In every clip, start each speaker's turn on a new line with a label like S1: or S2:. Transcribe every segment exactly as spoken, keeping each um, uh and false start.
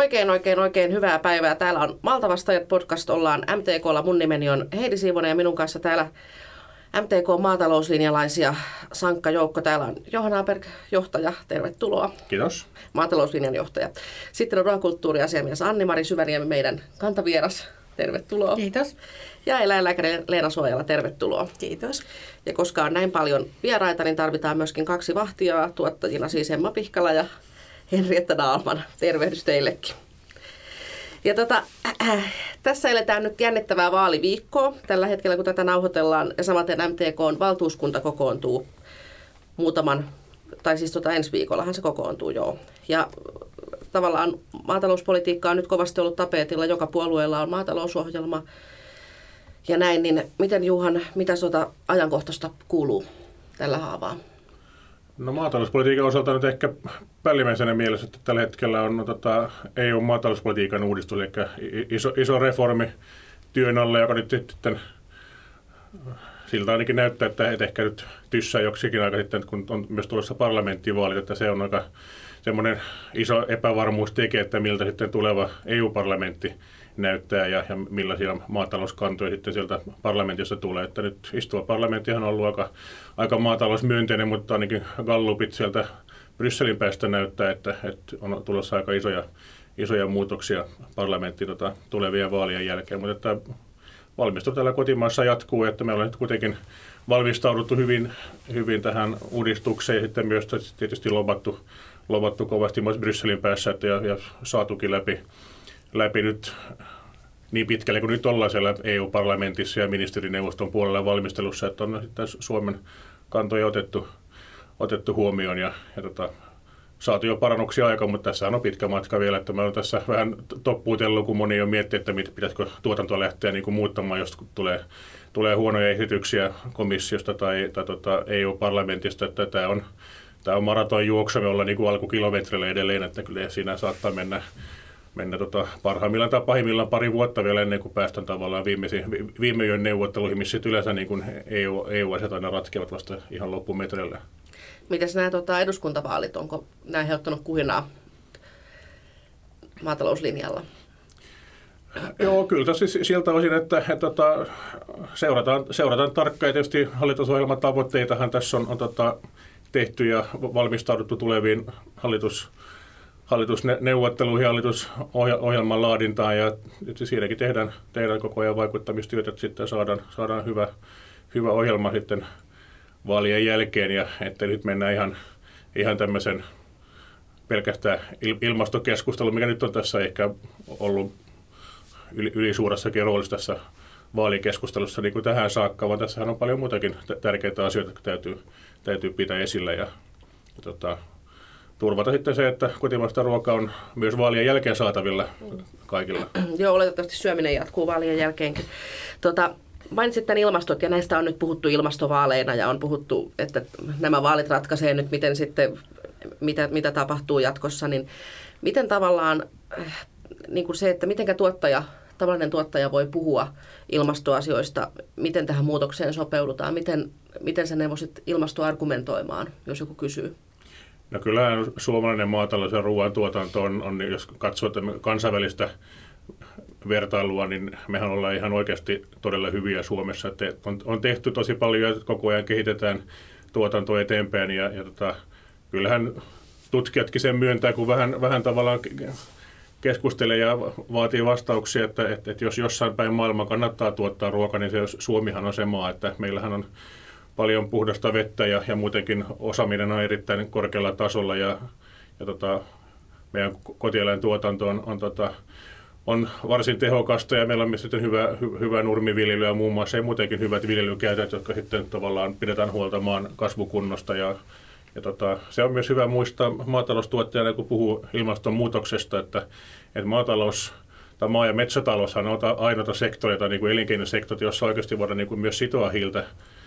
S1: Oikein, oikein, oikein hyvää päivää. Täällä on Maltavastajat podcast. Ollaan M T K:lla. Mun nimeni on Heidi Siivonen ja minun kanssa täällä M T K-maatalouslinjalaisia sankka joukko. Täällä on Johanna Aberg, johtaja. Tervetuloa.
S2: Kiitos.
S1: Maatalouslinjan johtaja. Sitten on ruokakulttuuriasiamies Anni-Mari Syväniemi, meidän kantavieras. Tervetuloa.
S3: Kiitos.
S1: Ja eläinlääkäri Leena Suojala, tervetuloa.
S3: Kiitos.
S1: Ja koska on näin paljon vieraita, niin tarvitaan myöskin kaksi vahtia, tuottajina siis Emma Pihkala ja Henrietta Dahlman. Tervehdys teillekin. Ja tota, äh, tässä eletään nyt jännittävää vaaliviikkoa tällä hetkellä, kun tätä nauhoitellaan. Ja samaten M T K:n valtuuskunta kokoontuu muutaman, tai siis tota ensi viikollahan se kokoontuu, joo. Ja tavallaan maatalouspolitiikka on nyt kovasti ollut tapetilla. Joka puolueella on maatalousohjelma. Ja näin, niin miten Juhan, mitä sota ajankohtaista kuuluu tällä haavaa?
S2: No maatalouspolitiikan osalta nyt ehkä päällimmäisenä mielessä, että tällä hetkellä on no, tota, E U-maatalouspolitiikan uudistus, eli iso, iso reformi työn alle, joka nyt sitten siltä ainakin näyttää, että et ehkä nyt tyssää joksikin aika sitten, kun on myös tulossa parlamenttivaalit, että se on aika semmoinen iso epävarmuus tekee, että miltä sitten tuleva E U-parlamentti näyttää ja, ja millaisia maatalouskantoja sitten sieltä parlamentissa tulee. Että nyt istuva parlamenttihan on ollut aika, aika maatalousmyönteinen, mutta ainakin gallupit sieltä Brysselin päästä näyttää, että, että on tulossa aika isoja, isoja muutoksia parlamenttiin tota, tulevien vaalien jälkeen. Mutta että valmistelu täällä kotimaassa jatkuu, että me ollaan nyt kuitenkin valmistauduttu hyvin, hyvin tähän uudistukseen ja sitten myös tietysti lobattu, lobattu kovasti myös Brysselin päässä että ja, ja saatukin läpi. läpi nyt niin pitkälle kuin nyt ollaan siellä E U-parlamentissa ja ministerineuvoston puolella valmistelussa, että on sitten Suomen kantoja otettu, otettu huomioon ja, ja tota, saatu jo parannuksia aikaan, mutta tässä on pitkä matka vielä, että mä olen tässä vähän toppuutellut, kun moni on miettinyt, että pitäisikö tuotantoa lähteä niin kuin muuttamaan, jos tulee, tulee huonoja esityksiä komissiosta tai, tai tota E U-parlamentista, että tämä on, tämä on maratonjuoksu, me ollaan niin kuin alkukilometrillä edelleen, että kyllä siinä saattaa mennä mennä tota, parhaimmillaan tai pahimmillaan pari vuotta vielä ennen kuin päästään tavallaan viime yön neuvotteluihin, missä yleensä niin kuin E U, E U-asiat aina ratkeavat vasta ihan loppumetreillä.
S1: Mites nämä tota, eduskuntavaalit, onko nämä aiheuttanut kuhinaa maatalouslinjalla?
S2: Joo, kyllä tässä sieltä osin, että, että, että seurataan, seurataan tarkkaan ja tietysti hallitusohjelman tavoitteitahan tässä on, on tota, tehty ja valmistauduttu tuleviin hallitus hallitusneuvotteluihin, hallitusohjelman laadintaan ja siinäkin tehdään, tehdään koko ajan vaikuttamistyötä, että sitten saadaan, saadaan hyvä, hyvä ohjelma sitten vaalien jälkeen ja että nyt mennään ihan, ihan tämmöisen pelkästään ilmastokeskustelun, mikä nyt on tässä ehkä ollut yli, ylisuurassakin roolissa tässä vaalikeskustelussa niin kuin tähän saakka, vaan tässähän on paljon muutakin tärkeitä asioita, jotka täytyy, täytyy pitää esillä ja, ja tota, turvata sitten se, että kotimaista ruokaa on myös vaalien jälkeen saatavilla kaikilla.
S1: Joo, oletettavasti syöminen jatkuu vaalien jälkeenkin. Tota, mainitsit tämän ilmastot ja näistä on nyt puhuttu ilmastovaaleina ja on puhuttu, että nämä vaalit ratkaisee nyt, miten sitten, mitä, mitä tapahtuu jatkossa. Niin miten tavallaan niin kuin se, että miten tuottaja, tavallinen tuottaja voi puhua ilmastoasioista, miten tähän muutokseen sopeudutaan, miten, miten sä neuvosit ilmastoargumentoimaan, jos joku kysyy?
S2: No kyllähän suomalainen maatalous ja ruoantuotanto on, on, jos katsoo kansainvälistä vertailua, niin mehän ollaan ihan oikeasti todella hyviä Suomessa. Että on, on tehty tosi paljon ja koko ajan kehitetään tuotantoa eteenpäin ja, ja tota, kyllähän tutkijatkin sen myöntää, kun vähän, vähän tavallaan keskustelee ja vaatii vastauksia, että, että, että jos jossain päin maailmaa kannattaa tuottaa ruokaa, niin se Suomihan on se maa, että meillähän on paljon puhdasta vettä ja, ja muutenkin osaaminen on erittäin korkealla tasolla ja, ja tota, meidän kotieläintuotanto on, on, tota, on varsin tehokasta ja meillä on myös sitten hyvä, hy, hyvä nurmiviljely ja muun muassa ja muutenkin hyvät viljelykäytännöt, jotka sitten tavallaan pidetään huolta maan kasvukunnosta ja, ja tota, se on myös hyvä muistaa maataloustuottajana, kun puhuu ilmastonmuutoksesta, että, että maatalous tai maa- ja metsätaloushan on ainoita sektoreita, niin kuin elinkeinosektorit, jossa oikeasti voidaan niin kuin myös sitoa hiiltä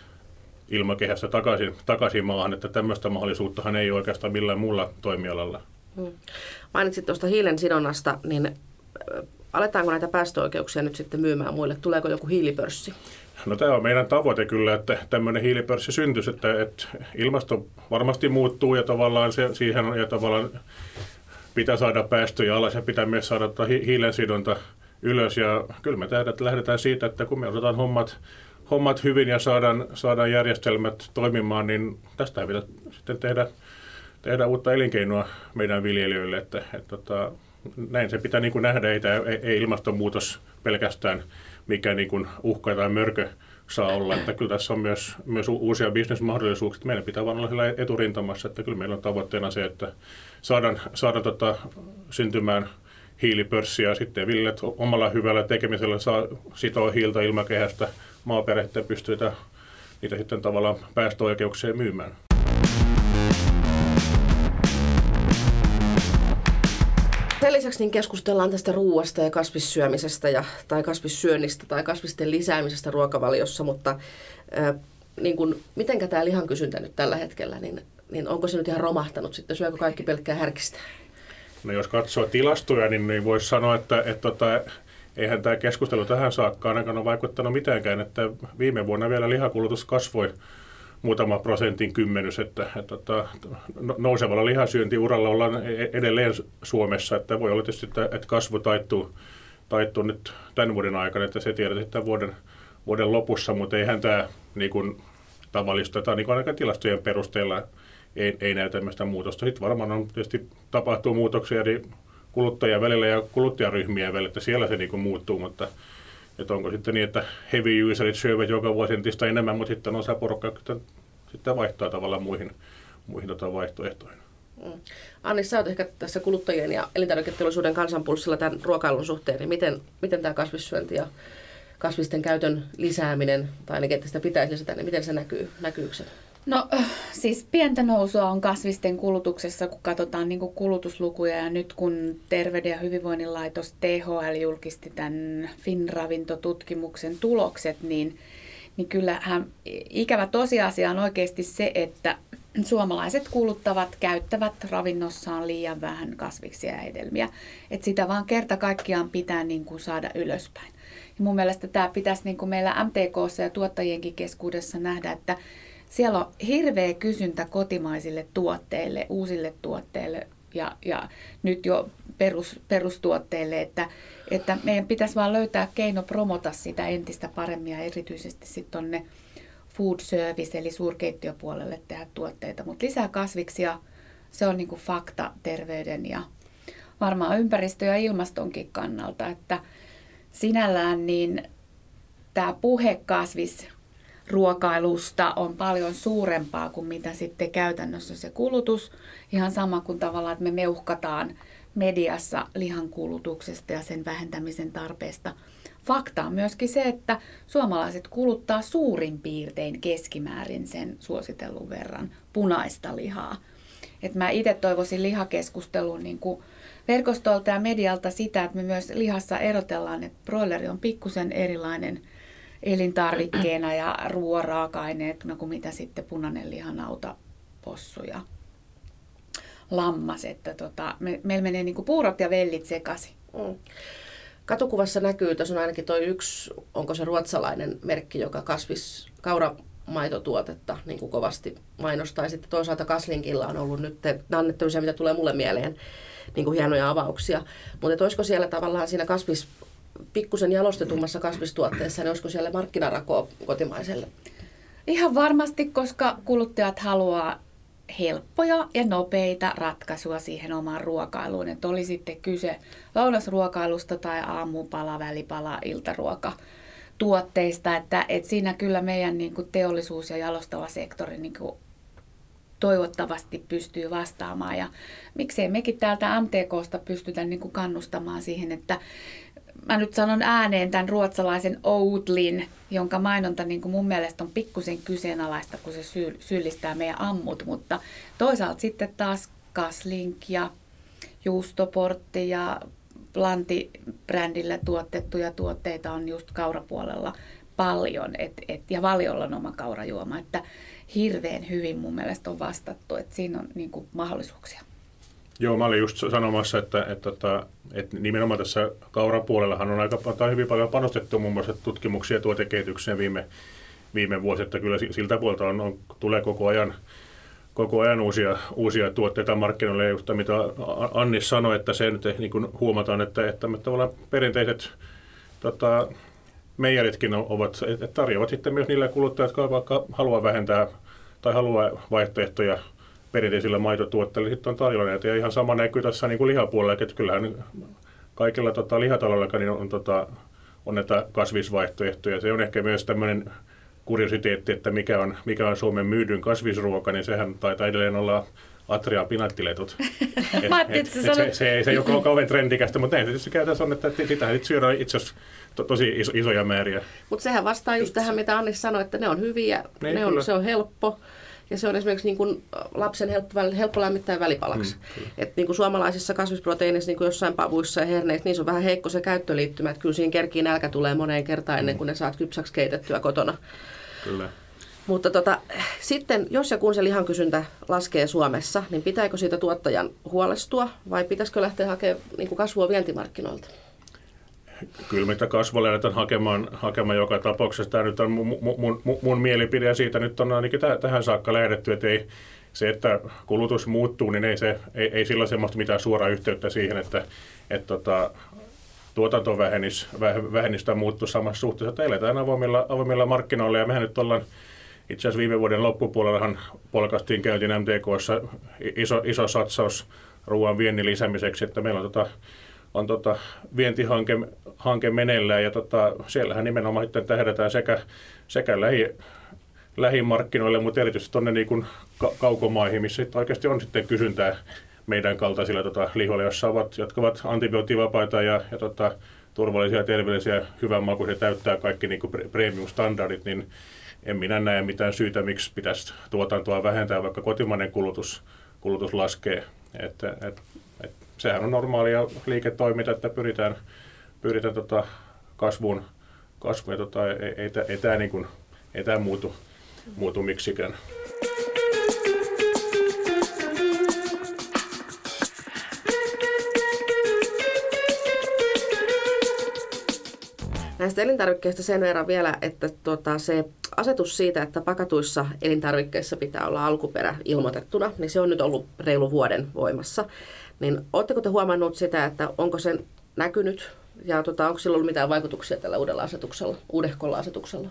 S2: ilmakehässä takaisin, takaisin maahan, että tämmöistä mahdollisuuttahan ei oikeastaan millään muulla toimialalla.
S1: Hmm. Mainitsit tuosta hiilen sidonnasta, niin aletaanko näitä päästöoikeuksia nyt sitten myymään muille? Tuleeko joku hiilipörssi?
S2: No tämä on meidän tavoite kyllä, että tämmöinen hiilipörssi syntyisi, että, että ilmasto varmasti muuttuu ja tavallaan se, siihen ja tavallaan pitää saada päästöjä alas ja pitää myös saada hiilensidonta ylös. Ja kyllä me lähdetään siitä, että kun me osataan hommat, hommat hyvin ja saadaan, saadaan järjestelmät toimimaan, niin tästä pitää sitten tehdä, tehdä uutta elinkeinoa meidän viljelijöille. Että, että, että, näin se pitää niin kuin nähdä, ei, ei, ei ilmastonmuutos pelkästään mikä niin kuin uhka tai mörkö saa olla. Että kyllä tässä on myös, myös uusia bisnesmahdollisuuksia. Meidän pitää vaan olla siellä eturintamassa, että kyllä meillä on tavoitteena se, että saadaan, saadaan tota, syntymään hiilipörssiä ja sitten viljelijät omalla hyvällä tekemisellä saa sitoa hiiltä ilmakehästä maaperhettä ja pystyy niitä sitten tavallaan päästöoikeuksia myymään.
S1: Sen lisäksi niin keskustellaan tästä ruuasta ja kasvissyömisestä ja, tai kasvissyönnistä tai kasvisten lisäämisestä ruokavaliossa, mutta äh, niin kun, mitenkä tämä lihan kysyntä nyt tällä hetkellä, niin, niin onko se nyt ihan romahtanut sitten, syökö kaikki pelkkää härkistä?
S2: No jos katsoo tilastoja, niin, niin voisi sanoa, että, että, että eihän tämä keskustelu tähän saakka ainakaan ole vaikuttanut mitäänkään, että viime vuonna vielä lihakulutus kasvoi muutama prosentin kymmenys, että, että, että nousevalla lihasyöntiuralla ollaan edelleen Suomessa, että voi olla tietysti, että, että kasvu taittuu, taittuu nyt tämän vuoden aikana, että se tiedetään tämän vuoden, vuoden lopussa, mutta eihän tämä niin kuin tavallista, tai niin kuin ainakaan tilastojen perusteella ei, ei näy tämmöistä muutosta. Sitten varmaan on tietysti tapahtuu muutoksia eri kuluttajien välillä ja kuluttajaryhmien välillä, että siellä se niin kuin muuttuu, mutta että onko sitten niin, että heavy userit syövät joka vuosi entistä enemmän, mutta sitten osa porukkaa sitten vaihtaa tavallaan muihin, muihin tota vaihtoehtoihin.
S1: Mm. Anni, sä oot ehkä tässä kuluttajien ja elintarviketeollisuuden kansanpulssilla tämän ruokailun suhteen, niin miten, miten tämä kasvissyönti ja kasvisten käytön lisääminen, tai ainakin että sitä pitäisi lisätä, niin miten se näkyy? Näkyykö se?
S3: No siis pientä nousua on kasvisten kulutuksessa, kun katsotaan niin kuin kulutuslukuja, ja nyt kun Terveyden ja hyvinvoinnin laitos T H L julkisti tämän Finravinto-tutkimuksen tulokset, niin, niin kyllähän ikävä tosiasia on oikeasti se, että suomalaiset kuluttavat, käyttävät ravinnossaan liian vähän kasviksia ja hedelmiä. Että sitä vaan kerta kaikkiaan pitää niin kuin saada ylöspäin. Ja mun mielestä tämä pitäisi niin kuin meillä M T K:ssa ja tuottajienkin keskuudessa nähdä, että siellä on hirveä kysyntä kotimaisille tuotteille, uusille tuotteille ja, ja nyt jo perus, perustuotteille, että, että meidän pitäisi vaan löytää keino promota sitä entistä paremmin ja erityisesti sitten tuonne food service eli suurkeittiöpuolelle tehdä tuotteita. Mutta lisää kasviksia, se on niinku fakta terveyden ja varmaan ympäristö- ja ilmastonkin kannalta, että sinällään niin tämä puhe kasvis ruokailusta on paljon suurempaa kuin mitä sitten käytännössä se kulutus. Ihan sama kuin tavallaan, että me meuhkataan mediassa lihan kulutuksesta ja sen vähentämisen tarpeesta. Fakta on myöskin se, että suomalaiset kuluttaa suurin piirtein keskimäärin sen suositellun verran punaista lihaa. Et mä itse toivoisin lihakeskustelun niin kuin verkostolta ja medialta sitä, että me myös lihassa erotellaan, että broileri on pikkusen erilainen elintarvikkeena ja ruoan raaka-aineet, no kuin mitä sitten punainen lihanauta, possu ja lammas. Että tota, me, meillä menee niin kuin puurot ja vellit sekaisin.
S1: Mm. Katukuvassa näkyy, tässä on ainakin toi yksi, onko se ruotsalainen merkki, joka kasvis, kauramaitotuotetta niin kuin kovasti mainostaa. Sitten toisaalta Kaslinkilla on ollut nyt, nämä on tämmöisiä, mitä tulee mulle mieleen, niin kuin hienoja avauksia. Mutta olisiko siellä tavallaan siinä kasvis, pikkusen jalostetummassa kasvistuotteessa, niin olisiko siellä markkinarakoa kotimaiselle?
S3: Ihan varmasti, koska kuluttajat haluaa helppoja ja nopeita ratkaisuja siihen omaan ruokailuun. Että oli sitten kyse lounasruokailusta tai aamupala, välipala, iltaruoka tuotteista. Että, että siinä kyllä meidän niin kuin teollisuus- ja jalostava sektori niin kuin toivottavasti pystyy vastaamaan. Ja miksei mekin täältä M T K:sta pystytä niin kuin kannustamaan siihen, että mä nyt sanon ääneen tämän ruotsalaisen Oatlyn, jonka mainonta niin kuin mun mielestä on pikkusen kyseenalaista, kun se syy, syyllistää meidän ammut, mutta toisaalta sitten taas Kaslink ja Juustoportti ja Planti-brändillä tuotettuja tuotteita on just kaurapuolella paljon, et, et, ja Valiolla on oma kaurajuoma, että hirveän hyvin mun mielestä on vastattu, että siinä on niin kuin mahdollisuuksia.
S2: Joo, mä olin just sanomassa, että, että, että, että nimenomaan tässä kaurapuolellahan on aika tai hyvin paljon panostettu muun muassa tutkimuksia ja tuotekehitykseen viime, viime vuosi, että kyllä siltä puolta on, on, tulee koko ajan koko ajan uusia, uusia tuotteita markkinoille, just mitä Anni sanoi, että se nyt niin kuin huomataan, että, että tavallaan perinteiset tota, meijeritkin ovat, että tarjoavat sitten myös niille kuluttajille, jotka vaikka haluaa vähentää tai haluaa vaihtoehtoja perinteisillä maitotuotteilla, sitten on tarjolla näitä. Ja ihan sama näkyy tässä niin kuin lihapuolella, että kyllähän kaikilla tota, lihataloilla niin on, on, tota, on näitä kasvisvaihtoehtoja. Se on ehkä myös tämmöinen kuriositeetti, että mikä on, mikä on Suomen myydyn kasvisruoka, niin sehän taitaa edelleen olla Atrian pinattiletut. et, et, et, se, se, se ei se ole kauhean trendikästä, mutta näin se käytännössä on, että sitähän syödään itse asiassa to, tosi iso, isoja määriä. Mutta
S1: sehän vastaa just tähän, mitä Anni sanoi, että ne on hyviä, ne ne on, se on helppo. Ja se on esimerkiksi niin kuin lapsen helppo, helppo lämmittää välipalaksi. Mm, että niin kuin suomalaisissa kasvisproteiineissa, niin kuin jossain pavuissa ja herneissä, niin se on vähän heikko se käyttöliittymä. Että kyllä siinä kerkii nälkä tulee moneen kertaan ennen kuin ne saat kypsäksi keitettyä kotona.
S2: Kyllä.
S1: Mutta tota, sitten, jos ja kun se lihan kysyntä laskee Suomessa, niin pitääkö siitä tuottajan huolestua vai pitäisikö lähteä hakemaan niin kuin kasvua vientimarkkinoilta?
S2: Kyllä mitä kasvua lähdetään hakemaan, hakemaan joka tapauksessa. Tämä nyt on mun, mun, mun, mun mielipide ja siitä nyt on ainakin täh, tähän saakka lähdetty, että ei, se, että kulutus muuttuu, niin ei, se, ei, ei sillä semmoista mitään suoraa yhteyttä siihen, että et, tota, tuotanto vähenisi, vähenisi tai muuttuu samassa suhteessa, että eletään avoimilla, avoimilla markkinoilla ja mehän nyt ollaan itse asiassa viime vuoden loppupuolellahan polkastiin käyntiin M T K:ssa iso, iso satsaus ruoan viennin lisäämiseksi, että meillä on tota, on tota vientihanke hanke meneillään ja tota, siellähän nimenomaan sitten tähdätään sekä, sekä lähi, lähimarkkinoille, mutta erityisesti tuonne niin kuin ka- kaukomaihin, missä oikeasti on sitten kysyntää meidän kaltaisilla tota, lihoilla, jossa ovat, jotka ovat antibioottivapaita ja, ja tota, turvallisia, terveellisiä, hyvänmakuisia, täyttää kaikki niin kuin premium-standardit, niin en minä näe mitään syytä, miksi pitäisi tuotantoa vähentää, vaikka kotimainen kulutus, kulutus laskee. Että, et, et, sehän on normaalia liiketoiminta, että pyritään, pyritään tota kasvuun, kasvuun ja tota, ei, ei, ei tämä niin kuin, ei tämä muutu, muutu miksikään.
S1: Näistä elintarvikkeista sen verran vielä, että tota, se asetus siitä, että pakatuissa elintarvikkeissa pitää olla alkuperä ilmoitettuna, niin se on nyt ollut reilu vuoden voimassa. Niin oletteko te huomannut sitä, että onko se näkynyt ja tota, onko sillä ollut mitään vaikutuksia tällä uudella asetuksella, uudehkolla asetuksella?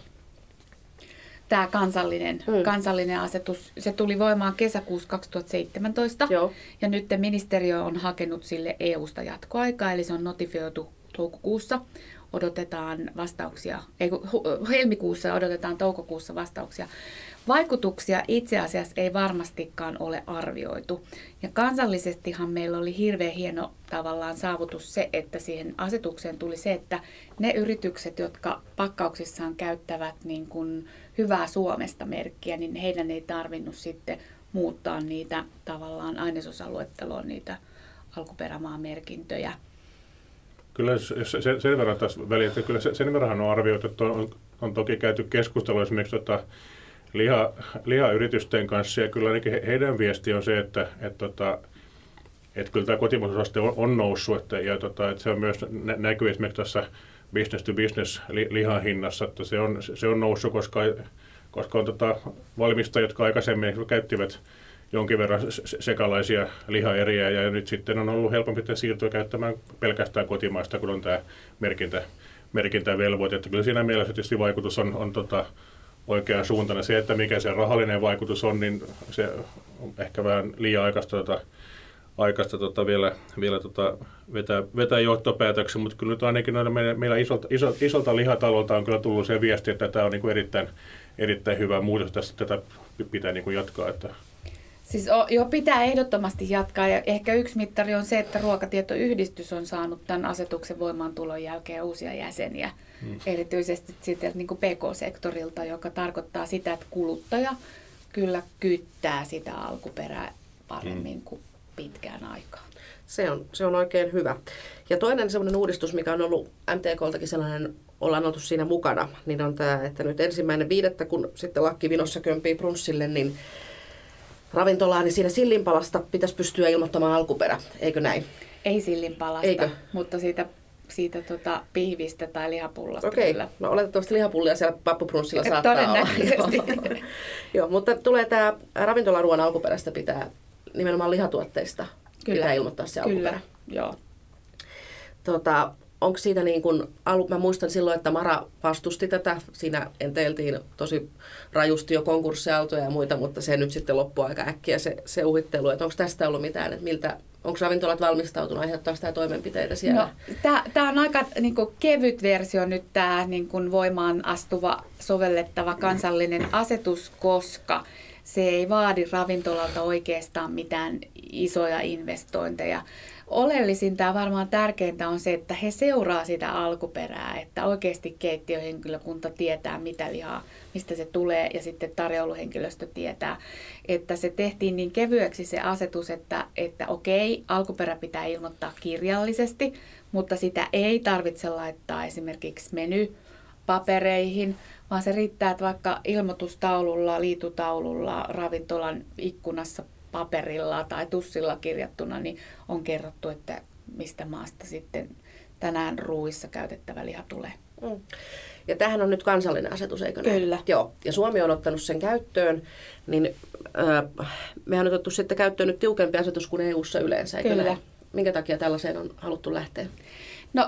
S3: Tämä kansallinen, mm. kansallinen asetus, se tuli voimaan kesäkuussa kaksituhattaseitsemäntoista. Joo. Ja nyt ministeriö on hakenut sille E U:sta jatkoaikaa, eli se on notifioitu toukokuussa. Odotetaan vastauksia, ei helmikuussa odotetaan toukokuussa vastauksia. Vaikutuksia itse asiassa ei varmastikaan ole arvioitu. Ja kansallisestihan meillä oli hirveän hieno tavallaan saavutus se, että siihen asetukseen tuli se, että ne yritykset, jotka pakkauksissaan käyttävät niin kuin hyvää Suomesta merkkiä, niin heidän ei tarvinnut sitten muuttaa niitä tavallaan ainesosaluetteloon niitä alkuperämaan merkintöjä.
S2: Kyllä sen, sen verran tässä väliin, että kyllä sen verran on arvioitu, että on, on toki käyty keskustelua esimerkiksi tota, liha, lihayritysten kanssa, ja kyllä ainakin heidän viesti on se, että, että, että, että kyllä tämä kotimaisuusaste on, on noussut, että, ja tota, että se on myös näkyy esimerkiksi tässä business to business lihan hinnassa, että se on, se on noussut, koska, koska on tota, valmistajat, jotka aikaisemmin käyttivät jonkin verran sekalaisia lihaeriä, ja nyt sitten on ollut helpompi siirtyä käyttämään pelkästään kotimaista, kun on tämä merkintä, merkintävelvoite. Että kyllä siinä mielessä tietysti vaikutus on, on tota oikean suuntainen. Se, että mikä se rahallinen vaikutus on, niin se on ehkä vähän liian aikaista, tota, aikaista tota vielä, vielä tota vetää, vetää johtopäätöksen, mutta kyllä nyt ainakin meillä, meillä isolta, iso, isolta lihatalolta on kyllä tullut se viesti, että tämä on niin kuin erittäin, erittäin hyvä muutos. Tässä tätä pitää niin kuin jatkaa. Että
S3: Siis jo pitää ehdottomasti jatkaa, ja ehkä yksi mittari on se, että Ruokatietoyhdistys on saanut tämän asetuksen voimaantulon jälkeen uusia jäseniä, hmm. erityisesti sitten niin kuin P K-sektorilta, joka tarkoittaa sitä, että kuluttaja kyllä kyttää sitä alkuperää paremmin hmm. kuin pitkään aikaan.
S1: Se on, se on oikein hyvä. Ja toinen sellainen uudistus, mikä on ollut M T K:ltakin sellainen, ollaan oltu siinä mukana, niin on tämä, että nyt ensimmäinen viidettä, kun sitten lakki vinossa kömpii brunssille, niin ravintolaan, niin siinä sillinpalasta pitäisi pystyä ilmoittamaan alkuperä, eikö näin?
S3: Ei sillinpalasta,
S1: Eikö?
S3: mutta siitä siitä tota, pihvistä tai lihapullasta.
S1: Okei,
S3: kyllä.
S1: no oletettavasti lihapullia siellä pappuprunssilla saattaa
S3: Todennäköisesti.
S1: olla. Joo, mutta tulee tämä ravintolaruoan alkuperästä pitää, nimenomaan lihatuotteista
S3: Kyllä.
S1: pitää ilmoittaa se alkuperä.
S3: Kyllä, joo.
S1: Tota, onko siitä niin kuin, mä muistan silloin, että Mara vastusti tätä, siinä enteiltiin tosi rajusti jo konkurssiaaltoja ja muita, mutta se nyt sitten loppui aika äkkiä se, se uhittelu, että onko tästä ollut mitään, että miltä, onko ravintolat valmistautunut, aiheuttaako tämä toimenpiteitä siellä?
S3: No, tämä on aika niin kuin, kevyt versio nyt tämä niin kuin, voimaan astuva sovellettava kansallinen asetus, koska se ei vaadi ravintolalta oikeastaan mitään isoja investointeja. Oleellisinta ja varmaan tärkeintä on se, että he seuraa sitä alkuperää, että oikeasti keittiöhenkilökunta tietää, mitä lihaa, mistä se tulee, ja sitten tarjouluhenkilöstö tietää, että se tehtiin niin kevyeksi se asetus, että, että okei, alkuperä pitää ilmoittaa kirjallisesti, mutta sitä ei tarvitse laittaa esimerkiksi menypapereihin, vaan se riittää, että vaikka ilmoitustaululla, liitutaululla, ravintolan ikkunassa, paperilla tai tussilla kirjattuna, niin on kerrottu, että mistä maasta sitten tänään ruuissa käytettävä liha tulee.
S1: Mm. Ja tämähän on nyt kansallinen asetus, eikö näin?
S3: Kyllä.
S1: Joo, ja Suomi on ottanut sen käyttöön, niin äh, mehän on otettu sitten käyttöön nyt tiukempi asetus kuin E U:ssa yleensä, eikö
S3: Kyllä.
S1: näin? Minkä takia tällaiseen on haluttu lähteä?
S3: No,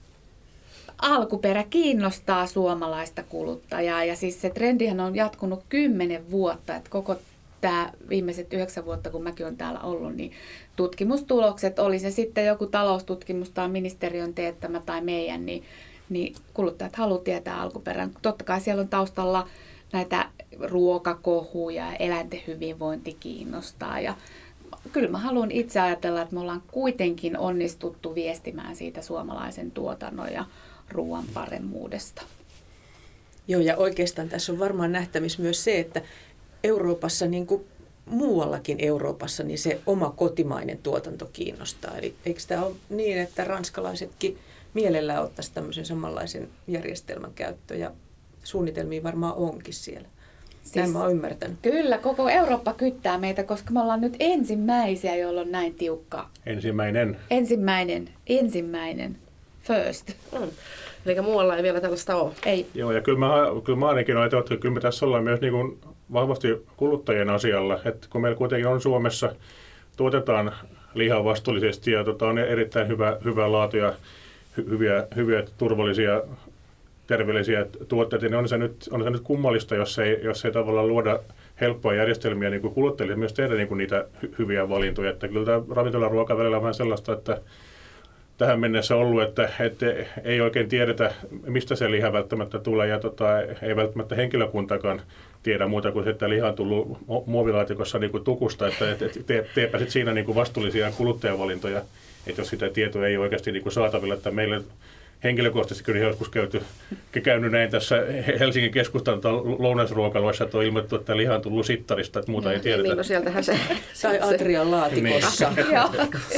S3: alkuperä kiinnostaa suomalaista kuluttajaa, ja siis se trendihän on jatkunut kymmenen vuotta, että koko tämä viimeiset yhdeksän vuotta, kun mäkin olen täällä ollut, niin tutkimustulokset, oli se sitten joku taloustutkimus tai ministeriön teettämä tai meidän, niin, niin kuluttajat haluavat tietää alkuperän. Totta kai siellä on taustalla näitä ruokakohuja ja eläinten hyvinvointi kiinnostaa. Ja kyllä mä haluan itse ajatella, että me ollaan kuitenkin onnistuttu viestimään siitä suomalaisen tuotannon ja ruoan paremmuudesta.
S4: Joo, ja oikeastaan tässä on varmaan nähtävissä myös se, että Euroopassa, niin kuin muuallakin Euroopassa, niin se oma kotimainen tuotanto kiinnostaa. Eli eikö tämä ole niin, että ranskalaisetkin mielellään ottaisi tämmöisen samanlaisen järjestelmän käyttöön, ja suunnitelmia varmaan onkin siellä. Siis, näin mä oon ymmärtänyt.
S3: Kyllä, koko Eurooppa kyttää meitä, koska me ollaan nyt ensimmäisiä, joilla on näin tiukka.
S2: Ensimmäinen.
S3: Ensimmäinen, ensimmäinen, first.
S1: Mm. Eli muualla ei vielä tällaista ole.
S3: Ei.
S2: Joo, ja kyllä mä, kyllä mä ainakin olen ajatellut, että kyllä me tässä ollaan myös niin kuin vahvasti kuluttajien asialla, että kun meillä kuitenkin on Suomessa, tuotetaan lihaa vastuullisesti ja tota, on erittäin hyvä, hyvä laatu ja hy, hyviä, hyviä, turvallisia, terveellisiä tuotteita, niin on se nyt, on se nyt kummallista, jos ei, jos ei tavallaan luoda helppoa järjestelmiä niin kuin kuluttajille myös tehdä niin kuin niitä hy, hyviä valintoja. Että kyllä tämä ravintolaruoka välillä on vähän sellaista, että tähän mennessä ollut, että, että ei oikein tiedetä, mistä se liha välttämättä tulee, ja tota, ei välttämättä henkilökuntakaan tiedä muuta kuin se, että liha on tullut muovilaatikossa niin kuin tukusta, että et, et, te, teepä sitten siinä niin kuin vastuullisia kuluttajavalintoja, että jos sitä tietoa ei oikeasti niin kuin saatavilla, että meille henkilökohtaisesti kyllä joskus käyty, käynyt näin tässä Helsingin keskustan lounasruokaloissa, että on ilmoittu, että liha on tullut sittarista, että muuta ei tiedetä.
S1: Niin, no sieltähän se...
S4: Tai Atrian laatikossa.
S2: Niin.
S3: Joo.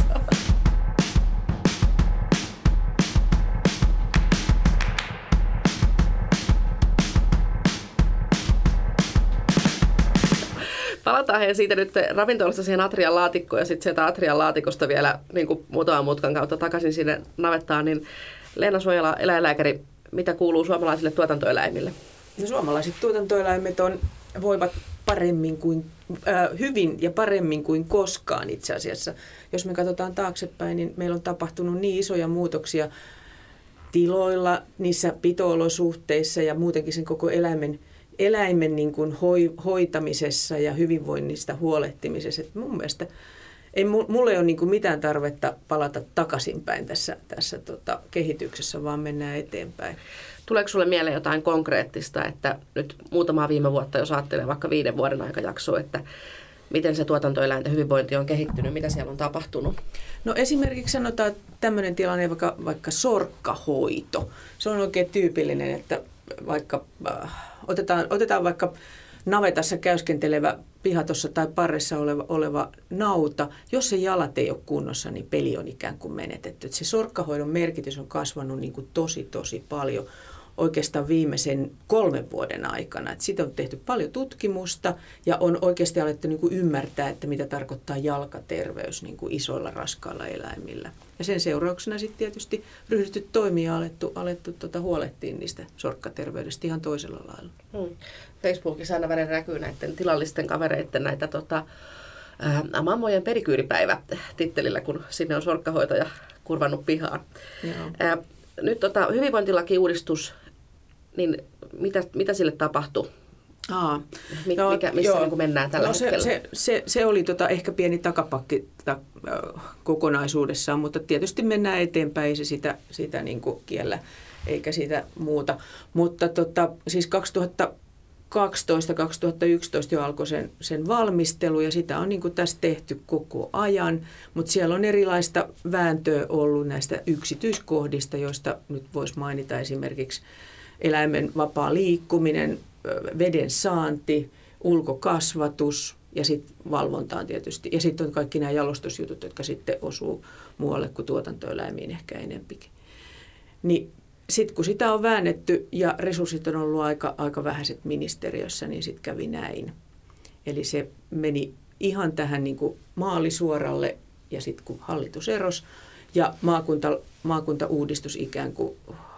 S1: Palataan he siitä nyt ravintolasta siihen Atrian laatikkoon ja sitten sieltä Atrian laatikosta vielä niin kuin muutaman mutkan kautta takaisin sinne navettaan. Niin Leena Suojala, eläinlääkäri, mitä kuuluu suomalaisille tuotantoeläimille?
S4: No, suomalaiset tuotantoeläimet on, voivat paremmin kuin, äh, hyvin ja paremmin kuin koskaan itse asiassa. Jos me katsotaan taaksepäin, niin meillä on tapahtunut niin isoja muutoksia tiloilla, niissä pito-olosuhteissa ja muutenkin sen koko eläimen eläimen niin kuin hoi, hoitamisessa ja hyvinvoinnista huolehtimisessa. Et mun mielestä ei, mulla ei ole niin kuin mitään tarvetta palata takaisinpäin tässä, tässä tota, kehityksessä, vaan mennään eteenpäin.
S1: Tuleeko sulle mieleen jotain konkreettista, että nyt muutamaa viime vuotta, jos ajattelee vaikka viiden vuoden aikajaksoa, että miten se tuotantoeläinten hyvinvointi on kehittynyt, mitä siellä on tapahtunut?
S4: No esimerkiksi sanotaan tämmöinen tilanne, vaikka, vaikka sorkkahoito. Se on oikein tyypillinen, että vaikka äh, otetaan, otetaan vaikka navetassa käyskentelevä pihatossa tai parressa oleva, oleva nauta. Jos se jalat ei ole kunnossa, niin peli on ikään kuin menetetty. Et se sorkkahoidon merkitys on kasvanut niin kuin tosi, tosi paljon. oikeastaan viimeisen kolmen vuoden aikana. Et siitä on tehty paljon tutkimusta ja on oikeasti alettu niin kuin ymmärtää, että mitä tarkoittaa jalkaterveys niin kuin isoilla raskailla eläimillä. Ja sen seurauksena sitten tietysti ryhdytty toimia ja alettu, alettu tota, huolehtia niistä sorkkaterveydestä ihan toisella lailla.
S1: Hmm. Facebookissa aina välillä näkyy näiden tilallisten kavereiden näitä tota, ää, mammojen perikyyripäivä tittelillä, kun sinne on sorkkahoitaja kurvannut pihaan. Ää, nyt tota, hyvinvointilakiuudistus, niin mitä, mitä sille tapahtui?
S4: Aa,
S1: Mik,
S4: no,
S1: mikä, missä niin kuin mennään tällä
S4: no,
S1: hetkellä?
S4: Se, se, se oli tota ehkä pieni takapakki ta, kokonaisuudessaan, mutta tietysti mennään eteenpäin, ei se sitä, sitä niin kuin kiellä eikä sitä muuta. Mutta tota, siis kaksituhattakaksitoista kaksituhattayksitoista jo alkoi sen, sen valmistelu ja sitä on niin kuin tässä tehty koko ajan, mutta siellä on erilaista vääntöä ollut näistä yksityiskohdista, joista nyt voisi mainita esimerkiksi eläimen vapaa liikkuminen, veden saanti, ulkokasvatus ja sitten valvontaan tietysti. Ja sitten on kaikki nämä jalostusjutut, jotka sitten osuu muualle kuin tuotantoeläimiin ehkä enempikin. Niin sitten kun sitä on väännetty ja resurssit on ollut aika, aika vähäiset ministeriössä, niin sitten kävi näin. Eli se meni ihan tähän niin kuin maalisuoralle ja sitten kun hallitus erosi ja maakunta, maakuntauudistus ikään kuin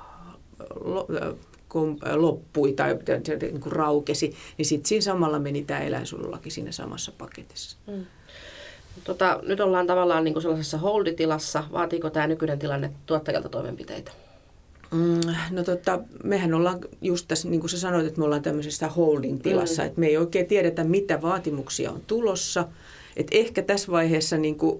S4: loppui tai niin kuin raukesi, niin sitten siinä samalla meni tämä eläinsuojelulaki siinä samassa paketissa.
S1: Hmm. Tota, nyt ollaan tavallaan niin kuin sellaisessa holditilassa. Vaatiiko tämä nykyinen tilanne tuottajalta toimenpiteitä?
S4: Mm, no tota, mehän ollaan just tässä, niin kuin sä sanoit, että me ollaan tämmöisessä holding-tilassa, mm. että me ei oikein tiedetä, mitä vaatimuksia on tulossa. Et ehkä tässä vaiheessa, niin kuin,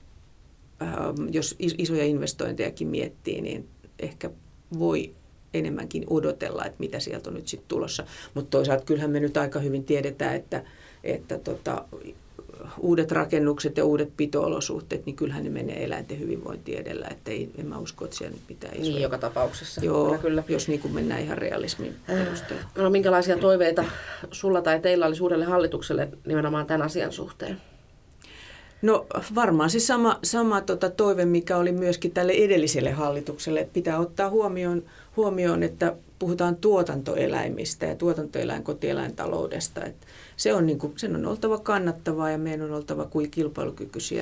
S4: äh, jos isoja investointejakin miettii, niin ehkä voi enemmänkin odotella, että mitä sieltä on nyt sitten tulossa. Mutta toisaalta kyllähän me nyt aika hyvin tiedetään, että, että tota, uudet rakennukset ja uudet pito-olosuhteet, niin kyllähän ne menee eläinten hyvinvointi edellä. Että ei, en mä usko, että siellä nyt pitää isoja.
S1: Niin, joka tapauksessa.
S4: Joo,
S1: kyllä, kyllä.
S4: Jos niin kuin mennään ihan realismin perusteella.
S1: No, minkälaisia toiveita sulla tai teillä olisi uudelle hallitukselle nimenomaan tämän asian suhteen?
S4: No varmaan se sama, sama tota, toive, mikä oli myöskin tälle edelliselle hallitukselle, että pitää ottaa huomioon, huomioon että puhutaan tuotantoeläimistä ja tuotantoeläin-kotieläintaloudesta. Että se on, niin kuin, sen on oltava kannattavaa ja meidän on oltava kuin kilpailukykyisiä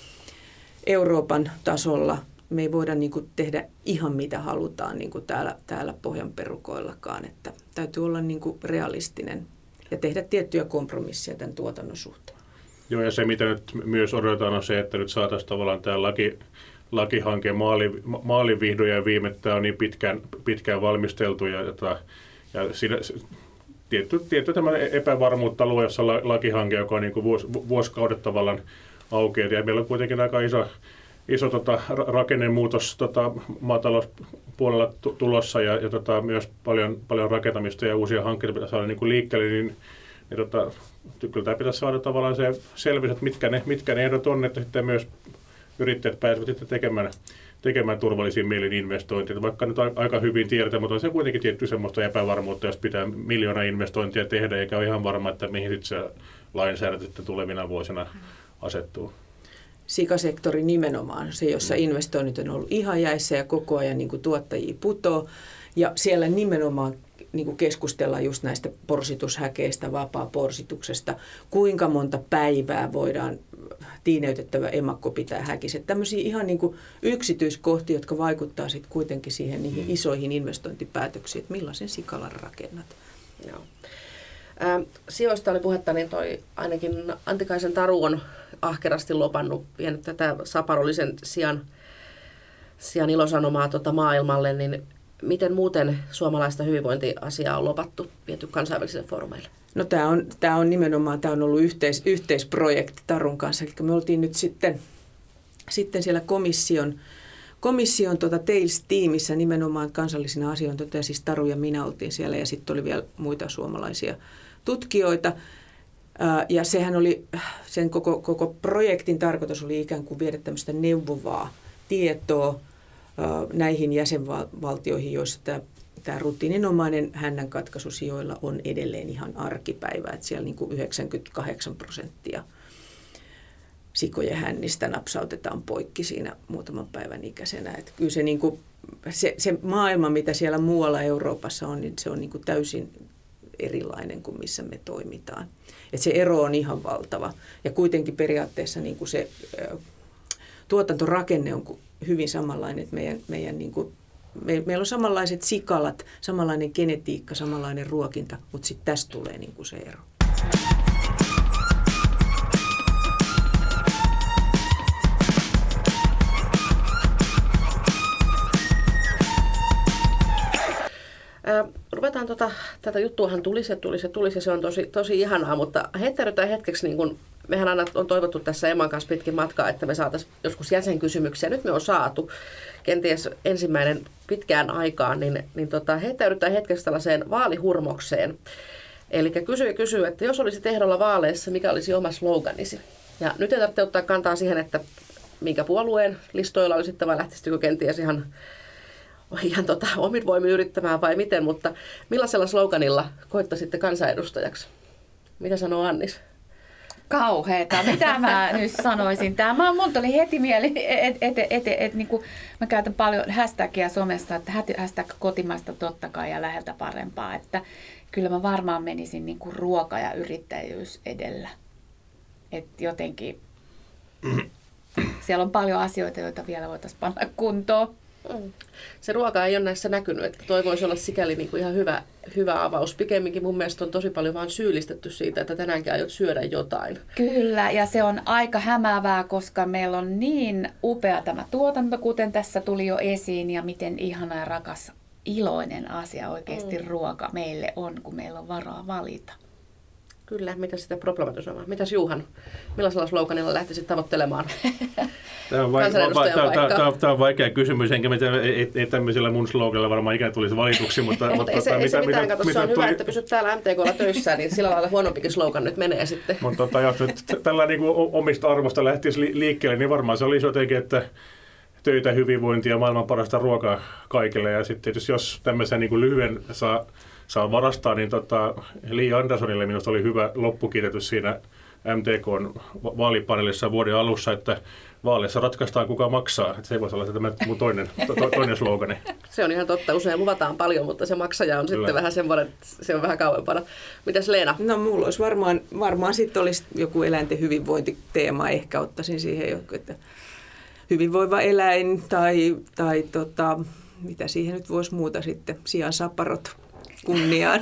S4: Euroopan tasolla. Me ei voida niin kuin, tehdä ihan mitä halutaan niin kuin täällä, täällä pohjan perukoillakaan. Että täytyy olla niin kuin, realistinen ja tehdä tiettyjä kompromisseja tämän tuotannon suhteen.
S2: Joo, ja se mitä nyt myös odotetaan on se, että nyt saataisiin tavallaan tämä laki, lakihanke maali, maalin vihdoin ja viime. Tämä on niin pitkään, pitkään valmisteltu ja, ja, ja siinä tietty, tietty tämmöinen epävarmuutta luo, jossa lakihanke, joka on niin kuin vuos, vuosikaudet tavallaan auki. Ja meillä on kuitenkin aika iso, iso tota, rakennemuutos tota, maatalouspuolella tulossa ja, ja tota, myös paljon, paljon rakentamista ja uusia hankkeita pitää saada niin kuin liikkeelle, niin Ja tota, kyllä tämä pitäisi saada tavallaan se selvyys, että mitkä ne, mitkä ne ehdot on, että sitten myös yrittäjät pääsevät sitten tekemään, tekemään turvallisiin mielin investointeja. Vaikka nyt aika hyvin tiedetään, mutta on se kuitenkin tietty semmoista epävarmuutta, jos pitää miljoona investointia tehdä, eikä ole ihan varma, että mihin sitten se lainsäädäntö sitten tulevina vuosina asettuu.
S4: Sikasektori nimenomaan, se jossa investoinnit on ollut ihan jäissä ja koko ajan niin kuin tuottajia putoo. Ja siellä nimenomaan niin kuin keskustellaan just näistä porsitushäkeistä, vapaa-porsituksesta, kuinka monta päivää voidaan tiineytettävä emakko pitää häkissä. Tämmöisiä ihan niin kuin yksityiskohtia, jotka vaikuttaa sitten kuitenkin siihen niihin isoihin investointipäätöksiin, että millaisen sikalan rakennat.
S1: Joo. Ä, sijoista oli puhetta, niin toi ainakin Antikaisen Taru on ahkerasti lopannut vienyt tätä saparollisen sian, sian ilosanomaa tota maailmalle, niin miten muuten suomalaista hyvinvointiasiaa on lopattu, viety kansainvälisille foorumeille? No
S4: tämä on, tämä on nimenomaan tämä on ollut yhteis, yhteisprojekti Tarun kanssa. Eli me oltiin nyt sitten, sitten siellä komission, komission tota Tails-tiimissä nimenomaan kansallisina asiantuntijoina, siis Taru ja minä oltiin siellä ja sitten oli vielä muita suomalaisia tutkijoita. Ja sehän oli, sen koko, koko projektin tarkoitus oli ikään kuin viedä tämmöistä neuvovaa tietoa näihin jäsenvaltioihin, joissa tämä, tämä rutiininomainen hännänkatkaisu sijoilla on edelleen ihan arkipäivä. Että siellä niin kuin yhdeksänkymmentäkahdeksan prosenttia sikojen hännistä napsautetaan poikki siinä muutaman päivän ikäisenä. Että kyllä se niin kuin se, se maailma, mitä siellä muualla Euroopassa on, niin se on niin kuin täysin erilainen kuin missä me toimitaan. Et se ero on ihan valtava. Ja kuitenkin periaatteessa niin kuin se ä, tuotantorakenne on hyvin samanlainen, että meidän, meidän niin kuin, me, meillä on samanlaiset sikalat, samanlainen genetiikka, samanlainen ruokinta, mutta sitten tästä tulee niin kuin se ero.
S1: Ää, ruvetaan tota, tätä juttuahan tulisi ja tulisi ja tulisi ja se on tosi, tosi ihanaa, mutta heittäydytään hetkeksi, niin kun mehän aina on toivottu tässä Emman kanssa pitkin matkaa, että me saataisiin joskus jäsenkysymyksiä. Nyt me on saatu kenties ensimmäinen pitkään aikaan, niin, niin tota, heittäydytään hetkeksi tällaiseen vaalihurmokseen. Eli kysyy ja kysyy, että jos olisit ehdolla vaaleissa, mikä olisi oma sloganisi? Ja nyt ei tarvitse ottaa kantaa siihen, että minkä puolueen listoilla olisitte vai lähtisikö kenties ihan ihan tota, omin voimin yrittämään vai miten, mutta millaisella sloganilla koittaisitte kansanedustajaksi? Mitä sanoo Annis?
S3: Kauheeta. Mitä mä nyt sanoisin? Tämä mun tuli heti mieli, että et, et, et, et, niin mä käytän paljon hashtagia somessa, että hashtag kotimaista totta kai ja läheltä parempaa. Että kyllä mä varmaan menisin niin kuin ruoka ja yrittäjyys edellä. Että jotenkin siellä on paljon asioita, joita vielä voitaisiin panna kuntoon.
S1: Se ruoka ei ole näissä näkynyt, että toi voisi olla sikäli niin kuin ihan hyvä, hyvä avaus. Pikemminkin mun mielestä on tosi paljon vaan syyllistetty siitä, että tänäänkin aiot syödä jotain.
S3: Kyllä, ja se on aika hämäävää, koska meillä on niin upea tämä tuotanto, kuten tässä tuli jo esiin, ja miten ihana ja rakas, iloinen asia oikeasti mm. ruoka meille on, kun meillä on varaa valita.
S1: Kyllä, mitä sitä problematisoimaan? Mitäs Juhan, millaisella sloganilla lähtisit tavoittelemaan
S2: Tämä on, vai, va, tämä, tämä, tämä, tämä on vaikea kysymys, enkä ei, ei, ei tämmöisellä mun sloganilla varmaan ikinä tulisi valituksi. Mutta,
S1: mutta ei se, ei se mitään, kato, se on hyvä, että pysyt täällä M T K:lla töissä, niin sillä lailla huonompikin slogan nyt menee sitten.
S2: Mutta tota, jos nyt tällä niin kuin omista arvosta lähtisi liikkeelle, niin varmaan se olisi jotenkin, että töitä, hyvinvointia, maailman parasta ruokaa kaikille. Ja sitten tietysti jos tämmöisen niin kuin lyhyen saa, saa varastaa, niin tota, Li Anderssonille minusta oli hyvä loppukirjoitus siinä M T K:n vaalipaneelissa vuoden alussa, että vaaleissa ratkaistaan kuka maksaa. Että se voisi olla tämä mun toinen, to, toinen slogani.
S1: Se on ihan totta. Usein luvataan paljon, mutta se maksaja on Kyllä. sitten vähän semmoinen, että se on vähän kauempana. Mitäs Leena?
S4: No mulla olisi varmaan, varmaan sitten olisi joku eläinten hyvinvointiteema. Ehkä ottaisin siihen joku, että hyvinvoiva eläin tai, tai tota, mitä siihen nyt voisi muuta sitten, sian saparot kunniaan.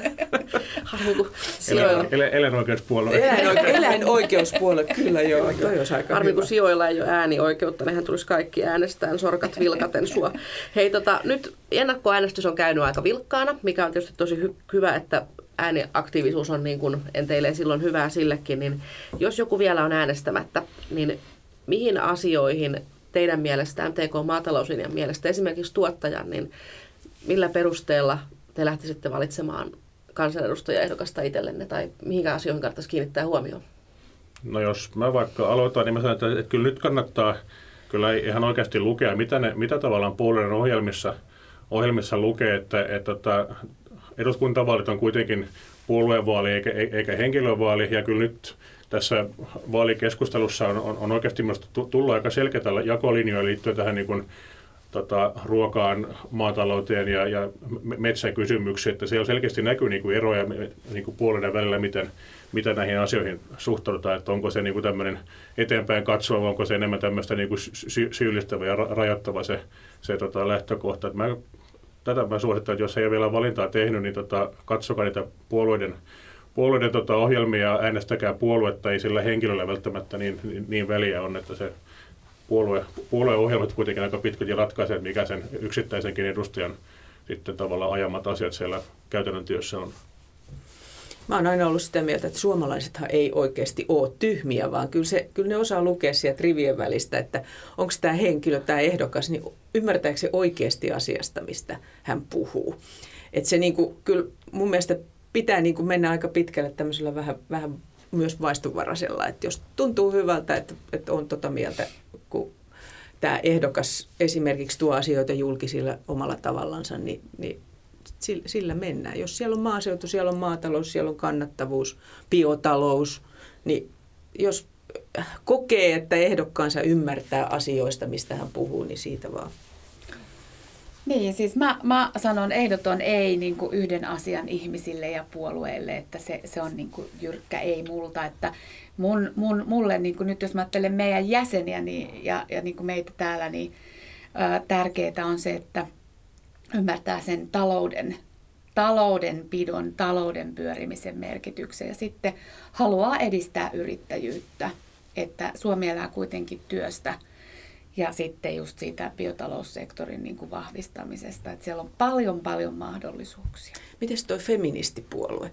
S2: Eläinoikeuspuolue.
S4: Eläinoike- eläinoikeuspuolue, kyllä joo. Toi olisi aika
S1: Harmi, kun sijoilla ei ole äänioikeutta, nehän tulisi kaikki äänestään sorkat vilkaten sua. Hei, tota, nyt ennakkoäänestys on käynyt aika vilkkaana, mikä on tietysti tosi hy- hyvä, että ääniaktiivisuus on niin kuin enteilee silloin hyvää sillekin. Niin jos joku vielä on äänestämättä, niin mihin asioihin teidän mielestä, M T K-maatalouslinjan mielestä, esimerkiksi tuottajan, niin millä perusteella te lähtisitte valitsemaan kansanedustajaehdokasta itsellenne, tai mihinkä asioihin kannattaisi kiinnittää huomioon?
S2: No jos mä vaikka aloitan, niin mä sanon, että, että kyllä nyt kannattaa kyllä ihan oikeasti lukea, mitä, ne, mitä tavallaan puolueiden ohjelmissa, ohjelmissa lukee, että, että, että eduskuntavaalit on kuitenkin puoluevaali eikä, eikä henkilövaali, ja kyllä nyt tässä vaalikeskustelussa on, on, on oikeasti minusta tullut aika selkeitä jakolinjoja liittyen tähän niin kuin Tota, ruokaan, maatalouteen ja, ja metsäkysymyksiin, että siellä selkeästi näkyy niin kuin eroja niin kuin puolueiden välillä, miten, miten näihin asioihin suhtaudutaan, että onko se niin kuin tämmöinen eteenpäin katsova, vai onko se enemmän tämmöistä niin kuin sy- syyllistävä ja rajoittava se, se tota, lähtökohta. Että mä, tätä mä suosittelen, että jos ei ole vielä valintaa tehnyt, niin tota, katsokaa niitä puolueiden, puolueiden tota, ohjelmia ja äänestäkää puoluetta, ei sillä henkilöllä välttämättä niin, niin, niin väliä on, että se Puolue, puolueohjelmat kuitenkin aika pitkälti ratkaisee, mikä sen yksittäisenkin edustajan sitten tavallaan ajamat asiat siellä käytännön työssä on.
S4: Mä oon aina ollut sitä mieltä, että suomalaisethan ei oikeasti ole tyhmiä, vaan kyllä, se, kyllä ne osaa lukea sieltä rivien välistä, että onko tämä henkilö, tämä ehdokas, niin ymmärtääkö se oikeasti asiasta, mistä hän puhuu. Että se niin kuin, kyllä mun mielestä pitää niin kuin mennä aika pitkälle tämmöisellä vähän, vähän myös vaistunvaraisella, että jos tuntuu hyvältä, että, että on tota mieltä, kun tämä ehdokas esimerkiksi tuo asioita julkisilla omalla tavallansa, niin, niin sillä mennään. Jos siellä on maaseutu, siellä on maatalous, siellä on kannattavuus, biotalous, niin jos kokee, että ehdokkaansa ymmärtää asioista, mistä hän puhuu, niin siitä vaan.
S3: Niin, siis mä, mä sanon ehdoton ei niin kuin yhden asian ihmisille ja puolueille, että se, se on niin kuin jyrkkä ei multa. Että mun, mun, mulle, niin kuin nyt jos mä ajattelen meidän jäseniä niin, ja, ja niin kuin meitä täällä, niin ää, tärkeää on se, että ymmärtää sen talouden, taloudenpidon, talouden pyörimisen merkityksen ja sitten haluaa edistää yrittäjyyttä, että Suomi elää kuitenkin työstä. Ja sitten just siitä biotaloussektorin niin kuin vahvistamisesta, että siellä on paljon, paljon mahdollisuuksia.
S4: Mites toi feministipuolue?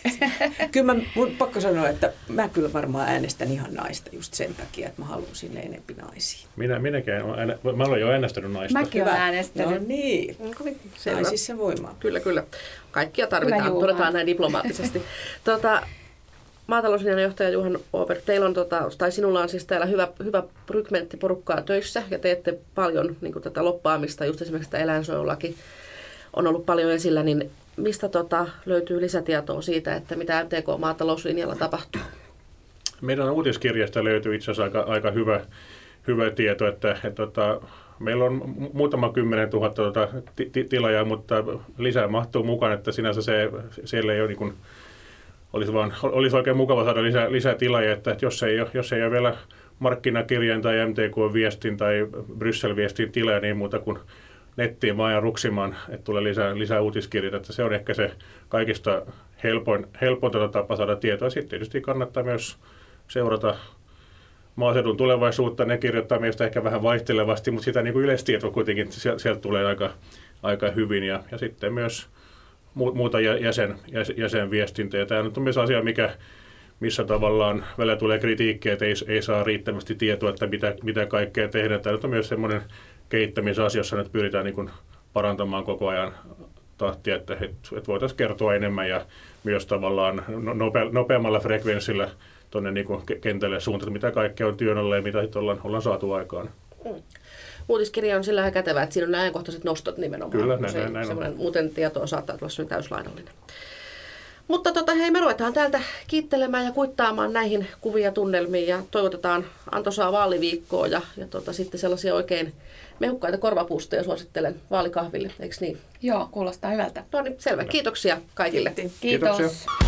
S4: Kyllä mä, mun pakko sanoa, että mä kyllä varmaan äänestän ihan naista just sen takia, että mä haluan sinne enempi naisia.
S2: Minä, minäkin olen, mä olen jo äänestänyt naista.
S3: Mäkin olen äänestänyt.
S4: No niin, naisissa voimaa.
S1: Kyllä, kyllä. Kaikkia tarvitaan, todetaan näin diplomaattisesti. Tota, maatalouslinjanjohtaja Johan Åberg, teillä on, tota, tai sinulla on siis täällä hyvä, hyvä rykmentti porukkaa töissä ja teette paljon niin kuin tätä loppaamista, just esimerkiksi tämä eläinsuojelulaki on ollut paljon esillä, niin mistä tota, löytyy lisätietoa siitä, että mitä M T K-maatalouslinjalla tapahtuu?
S2: Meidän uutiskirjasta löytyy itse asiassa aika, aika hyvä, hyvä tieto, että, että, että meillä on muutama kymmenen tuhatta tota, tilaajaa, mutta lisää mahtuu mukaan, että sinänsä se, siellä ei ole niin kuin Olisi, vaan, olisi oikein mukava saada lisää, lisää tilaajia, että jos ei, ole, jos ei ole vielä markkinakirjan tai M T K-viestin tai Bryssel-viestin tilaa niin muuta kuin nettiin vaan ja ruksimaan, että tulee lisää, lisää uutiskirjoja. Että se on ehkä se kaikista helpoin, helpoin tapa saada tietoa. Sitten tietysti kannattaa myös seurata maaseudun tulevaisuutta. Ne kirjoittaa meistä ehkä vähän vaihtelevasti, mutta sitä niin kuin yleistietoa kuitenkin sieltä tulee aika, aika hyvin. Ja, ja sitten myös muuta jäsen, jäsenviestintää. Tämä on myös asia, mikä, missä tavallaan välillä tulee kritiikkiä, että ei, ei saa riittävästi tietoa, että mitä, mitä kaikkea tehdään. Tämä on myös semmoinen kehittämisasia, jossa nyt pyritään niin kuin parantamaan koko ajan tahtia, että, että voitaisiin kertoa enemmän ja myös tavallaan nope, nopeammalla frekvenssillä tuonne niin kuin kentälle suuntaan, mitä kaikkea on työn alla ja mitä sitten ollaan, ollaan saatu aikaan.
S1: Mm. Uutiskirja on sillä kätevä, että siinä on nämä ajankohtaiset nostot nimenomaan.
S2: Kyllä, näin, näin, näin on.
S1: Muuten tietoa saattaa tulla sellainen täyslainallinen. Mutta tota, hei, me ruvetaan täältä kiittelemään ja kuittaamaan näihin kuvia tunnelmiin ja toivotetaan antoisaa vaaliviikkoa ja, ja tota, sitten sellaisia oikein mehukkaita korvapuusteja suosittelen vaalikahville, eikö niin?
S3: Joo, kuulostaa hyvältä.
S1: No niin, selvä. Kiitoksia kaikille.
S3: Kiitos. Kiitoksia.